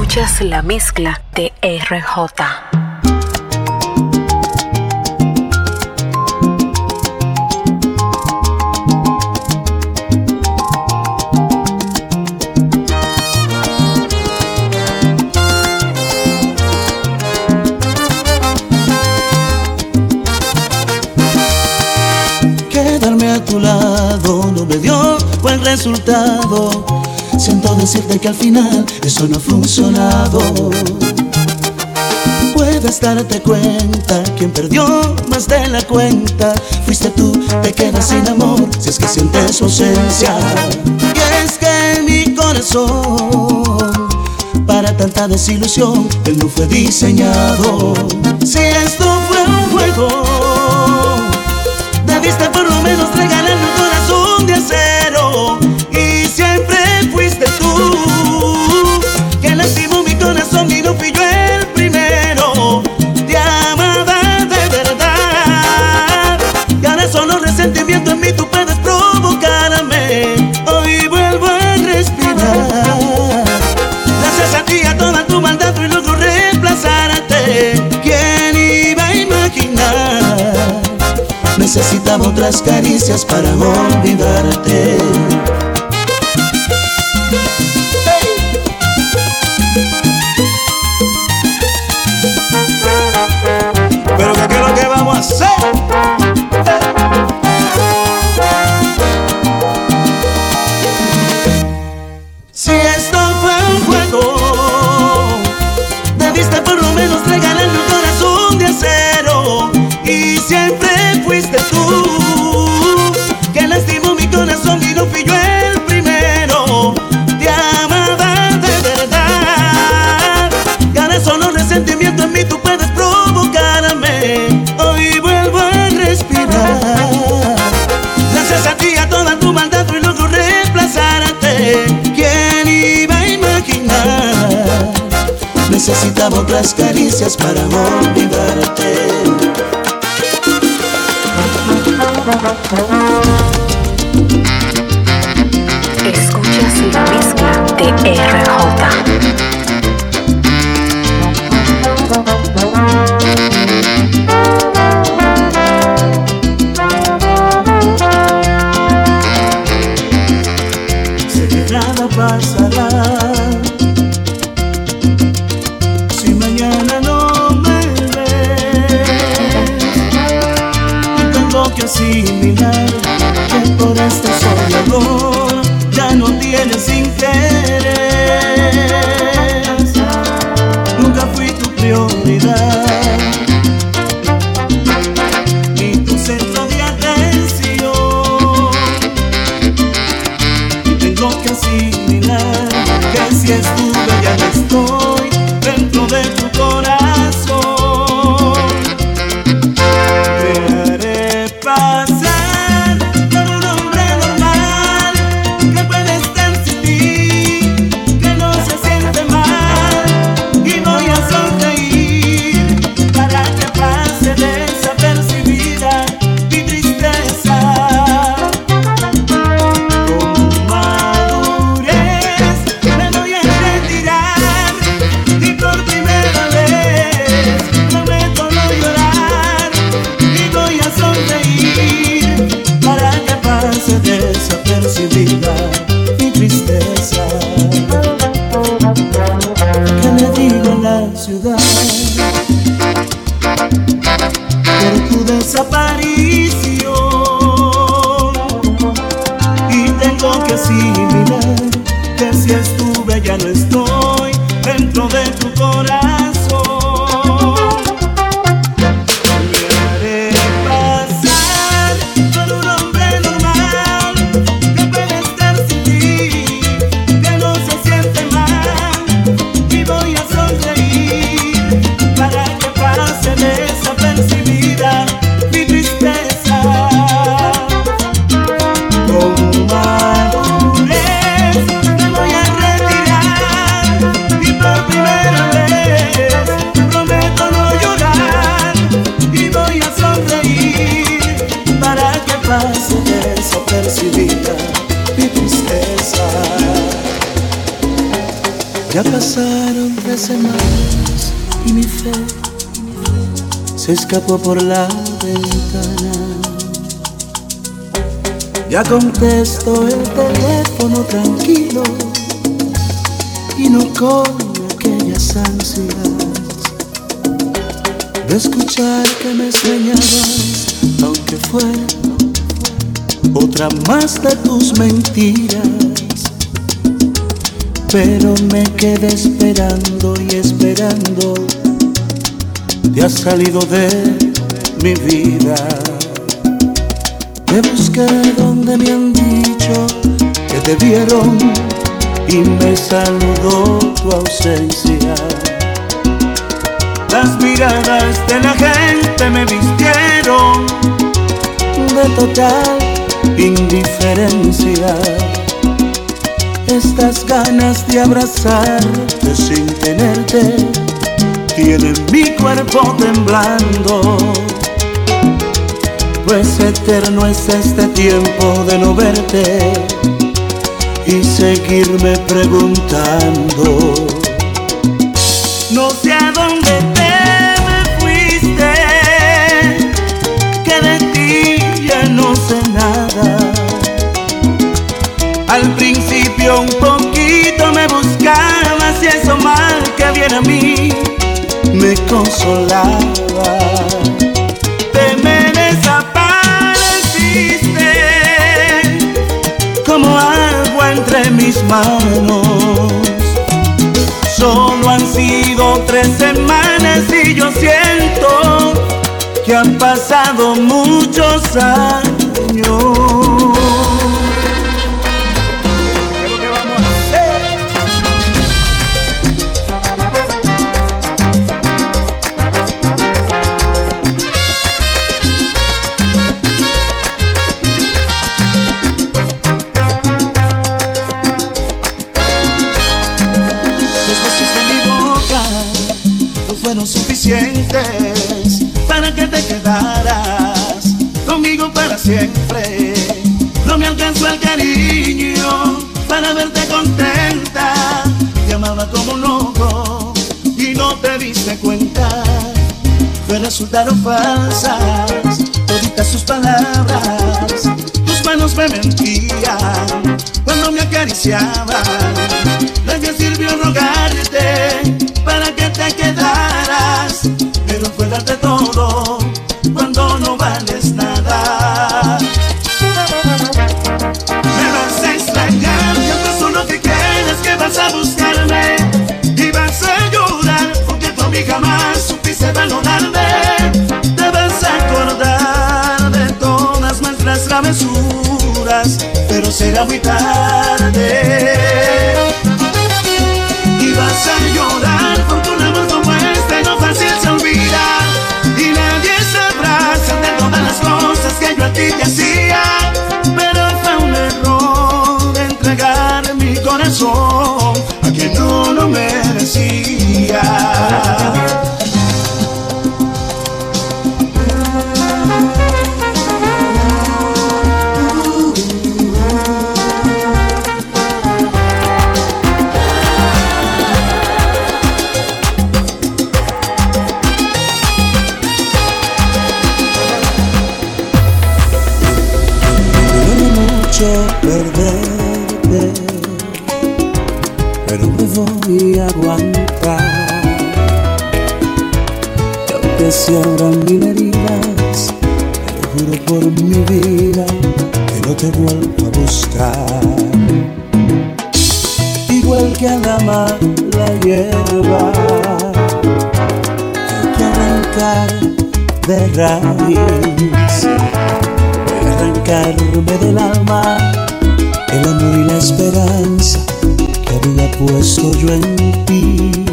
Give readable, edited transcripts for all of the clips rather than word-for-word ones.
Escuchas la mezcla de RJ. Quedarme a tu lado no me dio buen resultado. Siento decirte que al final eso no ha funcionado. Puedes darte cuenta, quien perdió más de la cuenta fuiste tú, te quedas sin amor si es que sientes su ausencia. Y es que mi corazón para tanta desilusión él no fue diseñado. Si esto fue un juego, debiste por lo menos regalarme un corazón de acero. Y siempre fuiste tú que lastimó mi corazón y no fui yo el primero. Te amaba de verdad y ahora solo resentimiento en mí tú puedes provocarme. Hoy vuelvo a respirar gracias a ti, a toda tu maldad y luego reemplazarte. ¿Quién iba a imaginar? Necesitaba otras caricias para olvidarte. Pero ¿qué es lo que vamos a hacer? Si esto fue un juego, debiste por lo menos regalarme un corazón de acero. Y siempre fuiste tú que lastimó mi corazón y no fui yo el primero. Te amaba de verdad y ahora solo resentimiento en mí tú puedes provocarme. Hoy vuelvo a respirar gracias a ti, a toda tu maldad y luego reemplazarte. ¿Quién iba a imaginar? Necesitaba otras caricias para olvidarte. Escuchas la mezcla de RJ. Sé que nada pasará si mañana no me ves. Tengo que asimilar que por este soñador ya no tienes interés. Nunca fui tu prioridad ni tu centro de atención. Tengo que asimilar que si estuve ya no estoy dentro de tu corazón. Te haré pasar por un hombre normal que puede estar sin ti, que no se siente mal, y voy a sonreír para que pase desapercibida mi tristeza. Con madurez me voy a retirar y por primera vez prometo no llorar y voy a sonreír para que pase desapercibida mi tristeza. ¿Qué le digo a la ciudad por tu desaparición? Y tengo que asimilar que si estuve ya no estoy dentro de tu corazón. Me haré pasar por un hombre normal que puede estar sin ti, que no se siente mal, y voy a sonreír para que pase desapercibida mi tristeza. Con madurez me voy a retirar y por primera vez Pasaron 3 semanas y mi fe se escapó por la ventana. Ya contesto el teléfono tranquilo y no con aquellas ansias de escuchar que me extrañabas, aunque fuera otra más de tus mentiras. Pero me quedé esperando y esperando. Te has salido de mi vida. Te busqué donde me han dicho que te vieron y me saludó tu ausencia. Las miradas de la gente me vistieron de total indiferencia. Estas ganas de abrazarte sin tenerte tienen mi cuerpo temblando. Pues eterno es este tiempo de no verte y seguirme preguntando. No sé a dónde te me fuiste, que de ti ya no sé nada. Al principio un poquito me buscabas y eso mal que viene a mí me consolaba. Te me desapareciste como agua entre mis manos. Solo han sido 3 semanas y yo siento que han pasado muchos años. Suficientes para que te quedaras conmigo para siempre. No me alcanzó el cariño para verte contenta. Te amaba como un loco y no te diste cuenta. Pues resultaron falsas toditas sus palabras. Tus manos me mentían cuando me acariciaban. De qué sirvió rogarte para que te quedaras, pero fue darte todo cuando no vales nada. Me vas a extrañar, yo no solo que quieres que vas a buscarme y vas a llorar porque tú a mí jamás supiste valorarme. Te vas a acordar de todas nuestras travesuras, pero será muy tarde. Y vas a llorar porque un amor como este no fácil se olvida y nadie sabrá de todas las cosas que yo a ti te hacía. Pero fue un error entregar mi corazón a quien no lo merecía. Perderte, pero me voy a aguantar. Y aunque se abran 1000 heridas, te lo juro por mi vida que no te vuelvo a buscar. Igual que a la mala hierba que hay que arrancar de raíz. Arrancarme del alma el amor y la esperanza que había puesto yo en ti.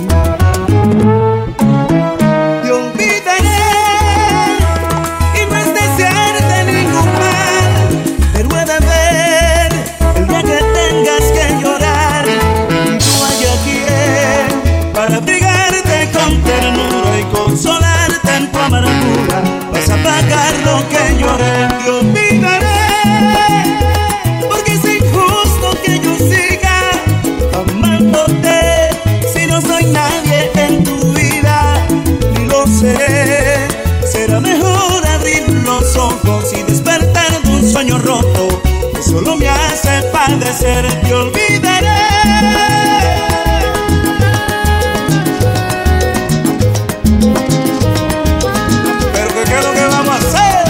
Te olvidaré y no es desearte ningún mal, pero he de ver el día que tengas que llorar y no haya quien para abrigarte con ternura y consolarte en tu amargura. Vas a pagar lo que lloré. Te olvidaré porque es injusto que yo siga amándote si no amanecer te olvidaré. Pero ¿qué es lo que vamos a hacer?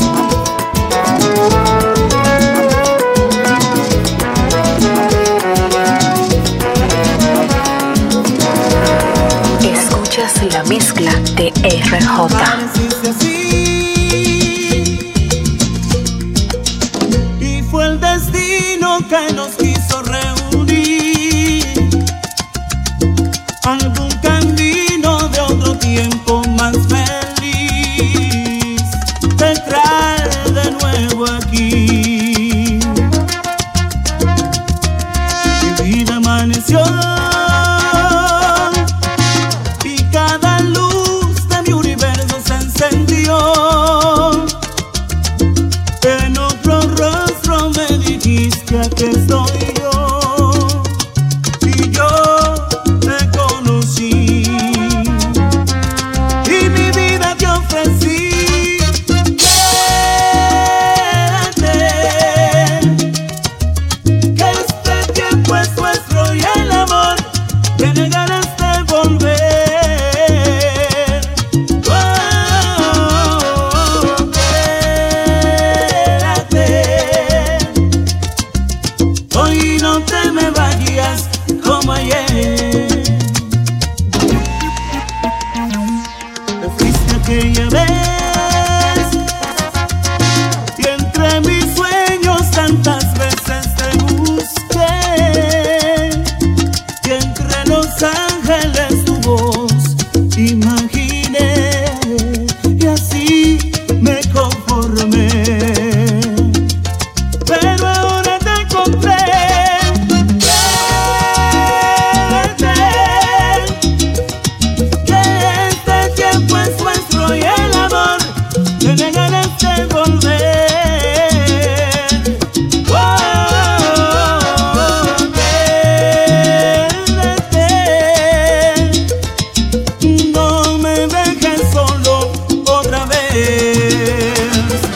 Escuchas la mezcla de RJ. Y fue el destino que nos quiso reunir. Algún camino de otro tiempo más feliz te trae de nuevo aquí. Mi vida amaneció y cada luz de mi universo se encendió. En otro rostro me dijiste aquí estoy yo. Y yo te conocí y mi vida te ofrecí. Quédate, que este tiempo es nuestro y el amor tiene ganas de volver. Quédate, hoy no te me vayas como ayer. Te fuiste aquella vez y entre mis sueños tantas veces te busqué. Y entre los ángeles tu voz imaginé y así me conformé. Pero ahora te encontré. Quédate, que este tiempo es nuestro y el amor tiene ganas de volver. Quédate, no me dejes solo otra vez.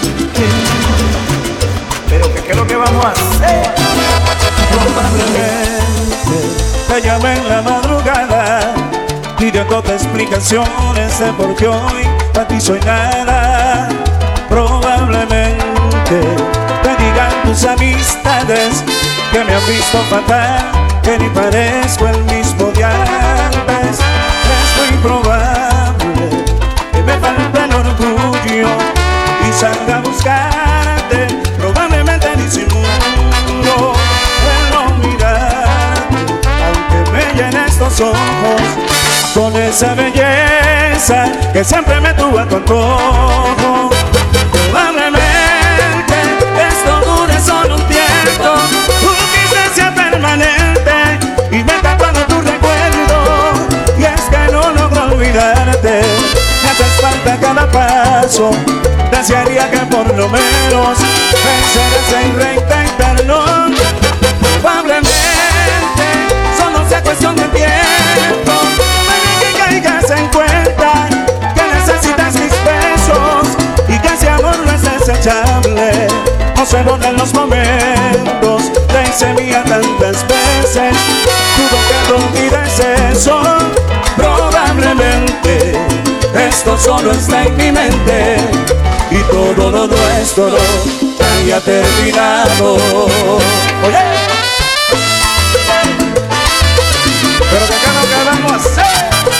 Pero ¿qué es lo que vamos a hacer? Probablemente te llamé en la madrugada pidiéndote explicaciones de por qué hoy para ti soy nada. Probablemente te digan tus amistades que me han visto fatal, que ni parezco el mismo de antes. Es muy probable que me falte el orgullo y salga a buscarte. Probablemente disimulo el no mirarte, aunque me llenen estos ojos con esa belleza que siempre me tuvo a tu antojo. Probablemente esto dure solo un tiempo, quizás sea permanente y me tapando tu recuerdo. Y es que no logro olvidarte, me haces falta cada paso. Desearía que por lo menos venceras en reintentarlo. Probablemente solo sea cuestión de tiempo para que caigas en cuenta que necesitas mis besos y que ese amor no es desechable. No se borran los momentos, te hice mía tantas veces, dudo que no olvides eso. Probablemente esto solo está en mi mente y todo lo nuestro haya terminado. Oye, pero ¿qué es lo que vamos a hacer?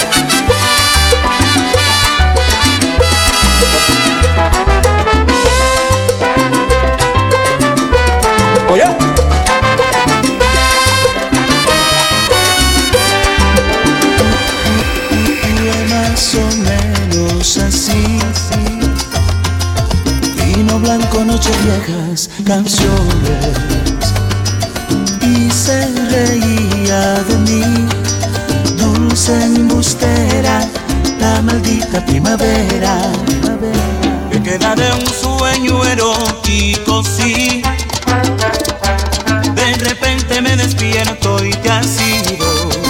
Oye, Fue más o menos así. Vino blanco, noches viejas, canciones, y se reía de mí. Dulce embustera, la maldita primavera, que queda de un sueño erótico, sí. De repente me despierto y te has ido.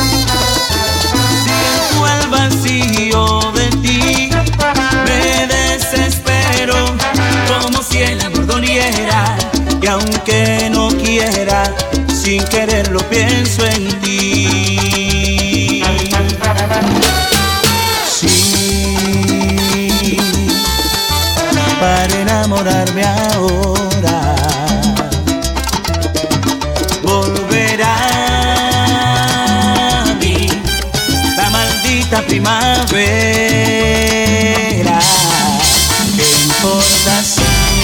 Siento el vacío de ti, me desespero, como si el amor doliera. Y aunque no quiera, sin quererlo pienso en ti. Sí, para enamorarme ahora, volverá a mí la maldita primavera. ¿Qué importa si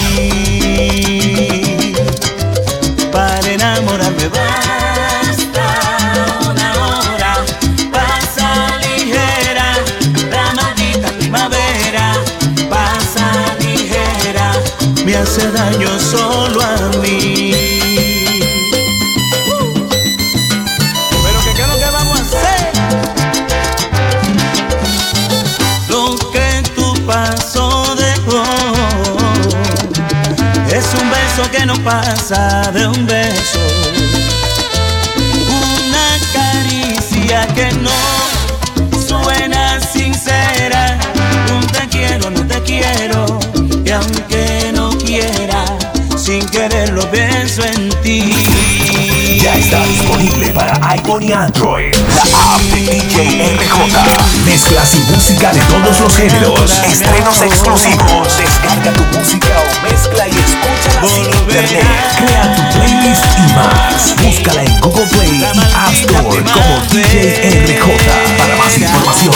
para enamorarme basta una hora? Pasa ligera la maldita primavera, pasa ligera, me hace daño solo a mí. Pero ¿qué es lo que vamos a hacer? Lo que tu paso dejó es un beso que no pasa de un beso, una caricia que no suena sincera, un te quiero, no te quiero, y aunque no quiera, sin quererlo pienso en ti. Ya está disponible para iPhone y Android la app de DJ RJ. Mezclas y música de todos los géneros, estrenos exclusivos. Descarga tu música o mezcla y escúchala sin internet. Crea tu playlist y más. Búscala en Google Play y App Store como DJ RJ. Para más información,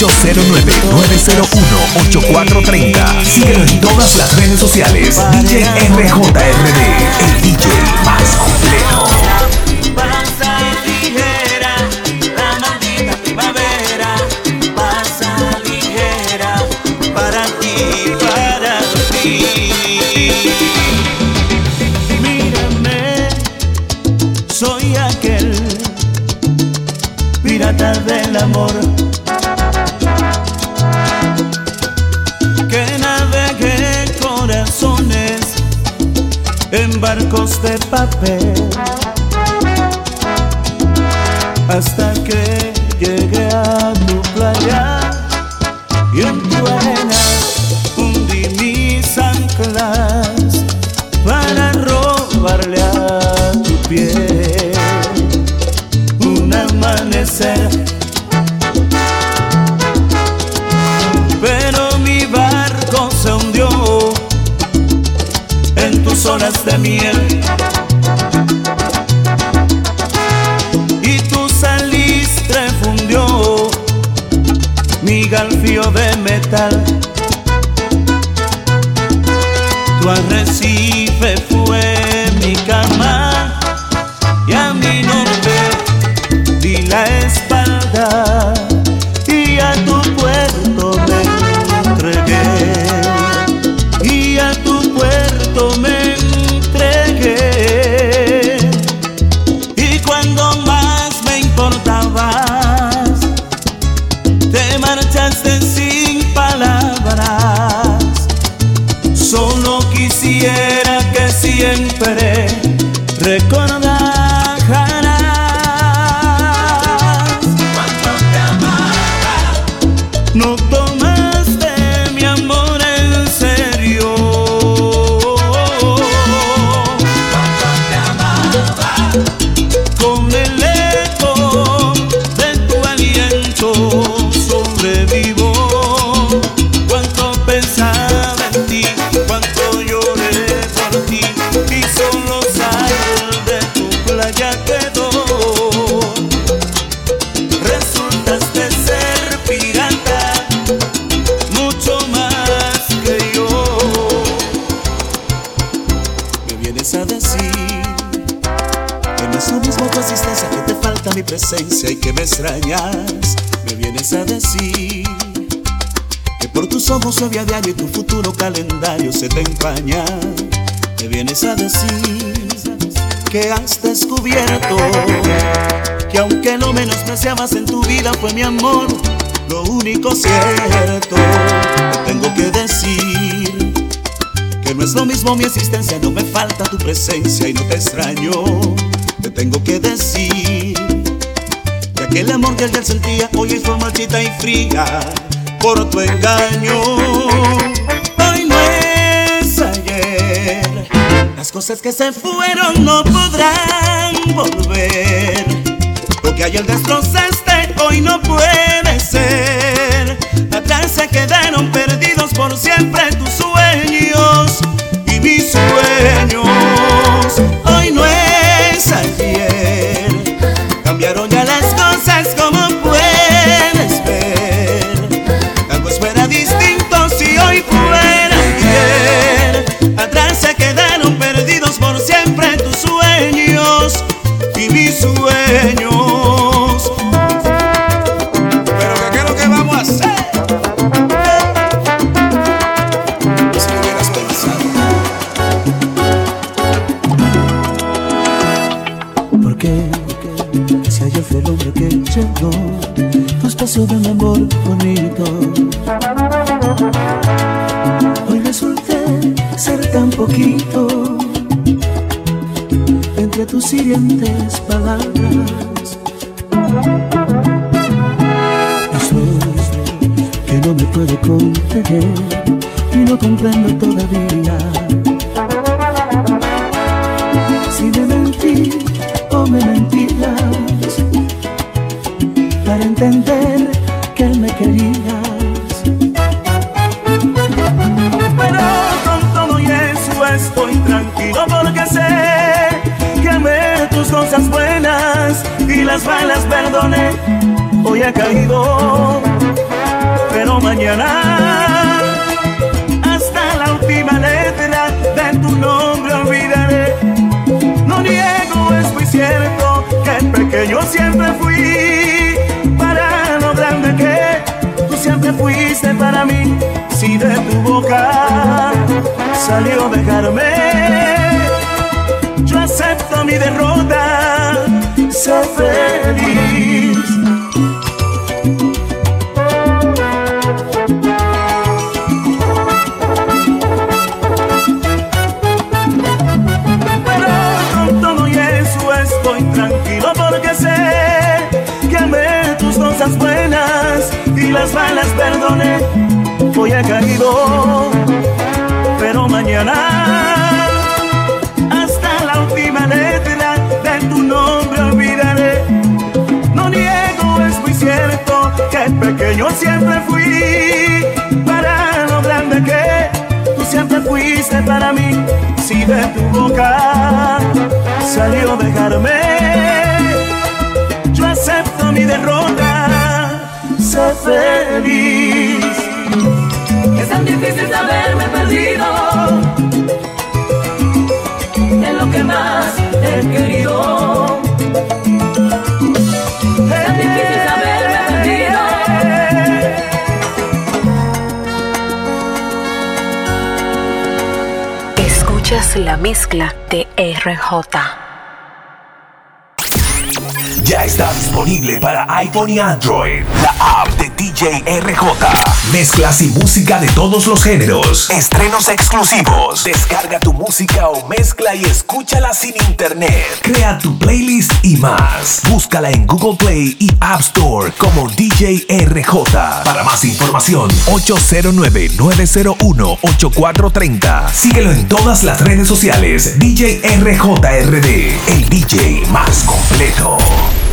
809-901-8430. Síguelo en todas las redes sociales. DJ RJRD, el DJ más completo. Pasa ligera la maldita primavera, pasa ligera para ti, para ti. Mírame, soy aquel pirata del amor que navegue corazones en barcos de papel, hasta que llegue a tu playa y en tu arena hundí mis anclas para robarle a tu piel un amanecer. Pero mi barco se hundió en tus olas de miel, mi galfío de metal. Tu arrecife fue mi cama y a mi norte di la espalda, y a tu puerto me entregué, y a tu puerto me entregué. Y cuando más me importabas, te marchaste sin palabras. Solo quisiera que siempre recordaras cuánto te amaba. No tomaste mi amor en serio. Cuánto te amaba. Con el eco de tu aliento sobrevivo. Cuánto pensaba en ti, cuánto lloré por ti, y solo sal de tu playa quedó. Resultaste ser pirata, mucho más que yo. Me vienes a decir que no es lo mismo tu existencia, que te falta mi presencia y que me extrañas. Me vienes a decir que por tus ojos llueve a diario y tu futuro calendario se te empaña. Me vienes a decir que has descubierto que aunque lo menospreciabas en tu vida fue mi amor lo único cierto. Te tengo que decir que no es lo mismo mi existencia, no me falta tu presencia y no te extraño. Te tengo que decir que aquel amor que ayer sentía hoy es marchita y fría por tu engaño. Hoy no es ayer, las cosas que se fueron no podrán volver. Lo que ayer destrozaste hoy no puede ser. Atrás se quedaron perdidos por siempre tus sueños y mis sueños. Hoy no es ayer, cambiaron ya las cosas como puedes ver. Algo fuera distinto si hoy fuera ayer. Atrás se quedaron perdidos por siempre tus sueños y mis sueños. Pero ¿qué es lo que vamos a hacer? Si lo hubieras pensado. ¿Por qué? Si ayer fue el hombre que llegó tu espacio de un amor bonito, hoy resulté ser tan poquito entre tus hirientes palabras. Eso que no me puedo contener y no comprendo todavía si me mentí o me mentías para entender que me querías. Pero con todo y eso estoy tranquilo porque sé que amé tus cosas buenas y las malas perdoné. Hoy he caído, pero mañana hasta la última letra de tu nombre olvidaré. No niego, es muy cierto que pequeño siempre fui para lo grande que tú siempre fuiste para mí. Si de tu boca salió dejarme, yo acepto mi derrota, sé feliz. Pero con todo y eso estoy tranquilo porque sé que amé tus cosas buenas y las malas perdoné. Hoy he caído, pero mañana hasta la última letra de tu nombre olvidaré. No niego, es muy cierto que pequeño siempre fui para lo grande que tú siempre fuiste para mí. Si de tu boca salió dejarme, yo acepto mi derrota, sé feliz. Es tan difícil haberme perdido en lo que más he querido. Es tan difícil haberme perdido. Escuchas la mezcla de RJ. Ya está disponible para iPhone y Android la app de DJ RJ. Mezclas y música de todos los géneros. Estrenos exclusivos. Descarga tu música o mezcla y escúchala sin internet. Crea tu playlist y más. Búscala en Google Play y App Store como DJ RJ. Para más información, 809-901-8430. Síguelo en todas las redes sociales. DJ RJRD, el DJ más completo.